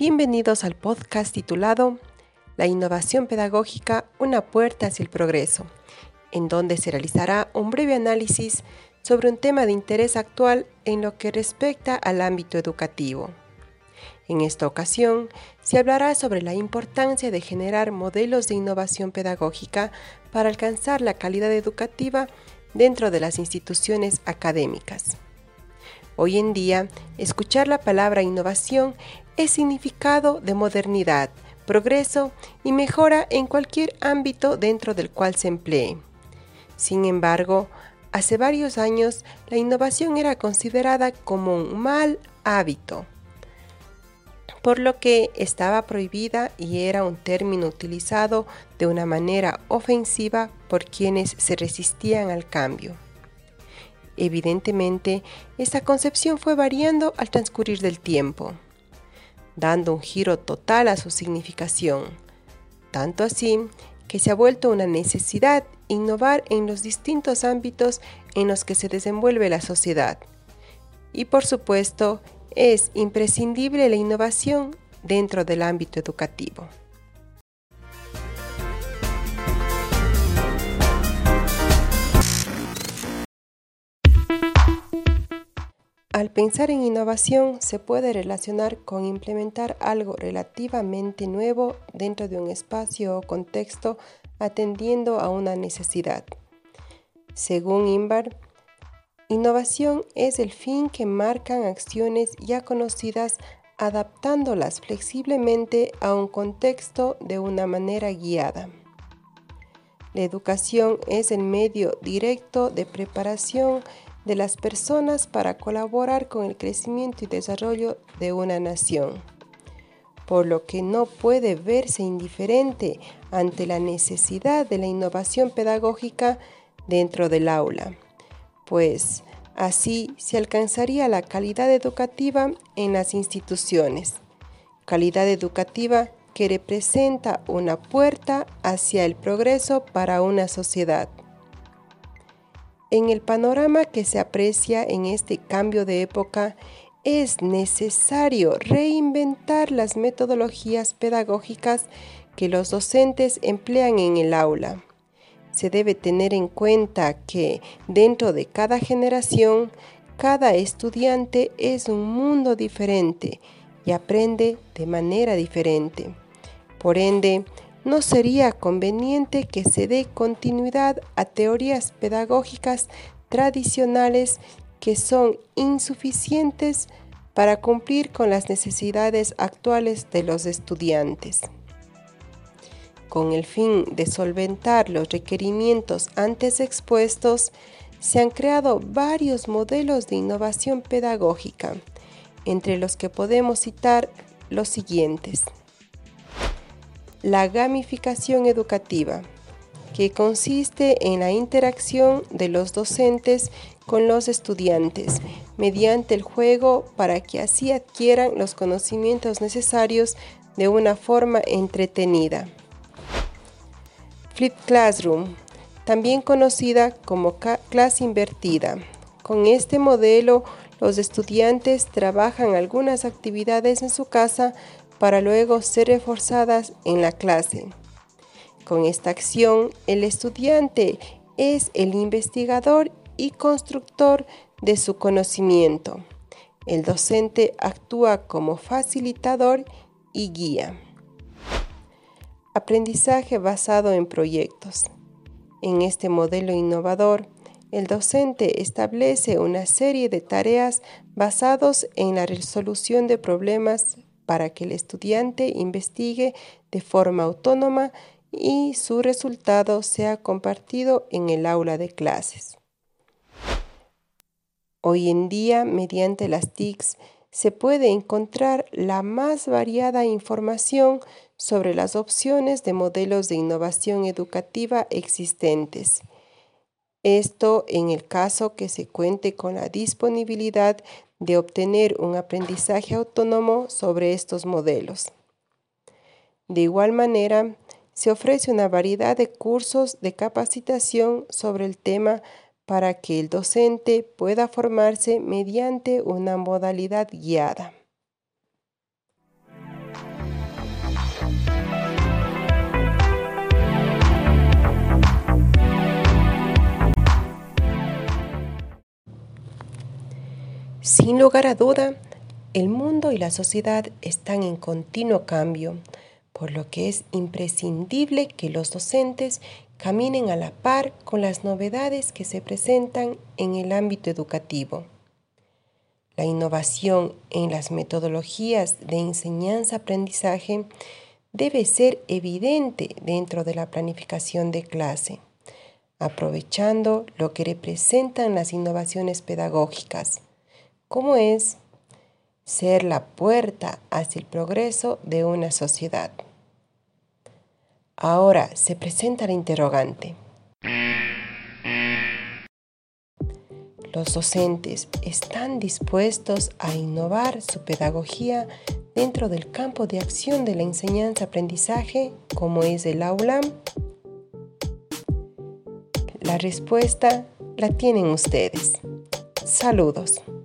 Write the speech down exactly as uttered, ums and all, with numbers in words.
Bienvenidos al podcast titulado La innovación pedagógica, una puerta hacia el progreso, en donde se realizará un breve análisis sobre un tema de interés actual en lo que respecta al ámbito educativo. En esta ocasión, se hablará sobre la importancia de generar modelos de innovación pedagógica para alcanzar la calidad educativa dentro de las instituciones académicas. Hoy en día, escuchar la palabra innovación es significado de modernidad, progreso y mejora en cualquier ámbito dentro del cual se emplee. Sin embargo, hace varios años la innovación era considerada como un mal hábito, por lo que estaba prohibida y era un término utilizado de una manera ofensiva por quienes se resistían al cambio. Evidentemente, esta concepción fue variando al transcurrir del tiempo, dando un giro total a su significación, tanto así que se ha vuelto una necesidad innovar en los distintos ámbitos en los que se desenvuelve la sociedad. Y por supuesto, es imprescindible la innovación dentro del ámbito educativo. Al pensar en innovación, se puede relacionar con implementar algo relativamente nuevo dentro de un espacio o contexto atendiendo a una necesidad. Según Inbar, innovación es el fin que marcan acciones ya conocidas adaptándolas flexiblemente a un contexto de una manera guiada. La educación es el medio directo de preparación de las personas para colaborar con el crecimiento y desarrollo de una nación, por lo que no puede verse indiferente ante la necesidad de la innovación pedagógica dentro del aula, pues así se alcanzaría la calidad educativa en las instituciones, calidad educativa que representa una puerta hacia el progreso para una sociedad. En el panorama que se aprecia en este cambio de época, es necesario reinventar las metodologías pedagógicas que los docentes emplean en el aula. Se debe tener en cuenta que dentro de cada generación, cada estudiante es un mundo diferente y aprende de manera diferente. Por ende, no sería conveniente que se dé continuidad a teorías pedagógicas tradicionales que son insuficientes para cumplir con las necesidades actuales de los estudiantes. Con el fin de solventar los requerimientos antes expuestos, se han creado varios modelos de innovación pedagógica, entre los que podemos citar los siguientes. La gamificación educativa, que consiste en la interacción de los docentes con los estudiantes mediante el juego para que así adquieran los conocimientos necesarios de una forma entretenida. Flipped Classroom, también conocida como clase invertida. Con este modelo, los estudiantes trabajan algunas actividades en su casa para luego ser reforzadas en la clase. Con esta acción, el estudiante es el investigador y constructor de su conocimiento. El docente actúa como facilitador y guía. Aprendizaje basado en proyectos. En este modelo innovador, el docente establece una serie de tareas basadas en la resolución de problemas para que el estudiante investigue de forma autónoma y su resultado sea compartido en el aula de clases. Hoy en día, mediante las T I Cs, se puede encontrar la más variada información sobre las opciones de modelos de innovación educativa existentes. Esto en el caso que se cuente con la disponibilidad de obtener un aprendizaje autónomo sobre estos modelos. De igual manera, se ofrece una variedad de cursos de capacitación sobre el tema para que el docente pueda formarse mediante una modalidad guiada. Sin lugar a duda, el mundo y la sociedad están en continuo cambio, por lo que es imprescindible que los docentes caminen a la par con las novedades que se presentan en el ámbito educativo. La innovación en las metodologías de enseñanza-aprendizaje debe ser evidente dentro de la planificación de clase, aprovechando lo que representan las innovaciones pedagógicas, como es ser la puerta hacia el progreso de una sociedad. Ahora se presenta la interrogante. ¿Los docentes están dispuestos a innovar su pedagogía dentro del campo de acción de la enseñanza-aprendizaje, como es el aula? La respuesta la tienen ustedes. Saludos.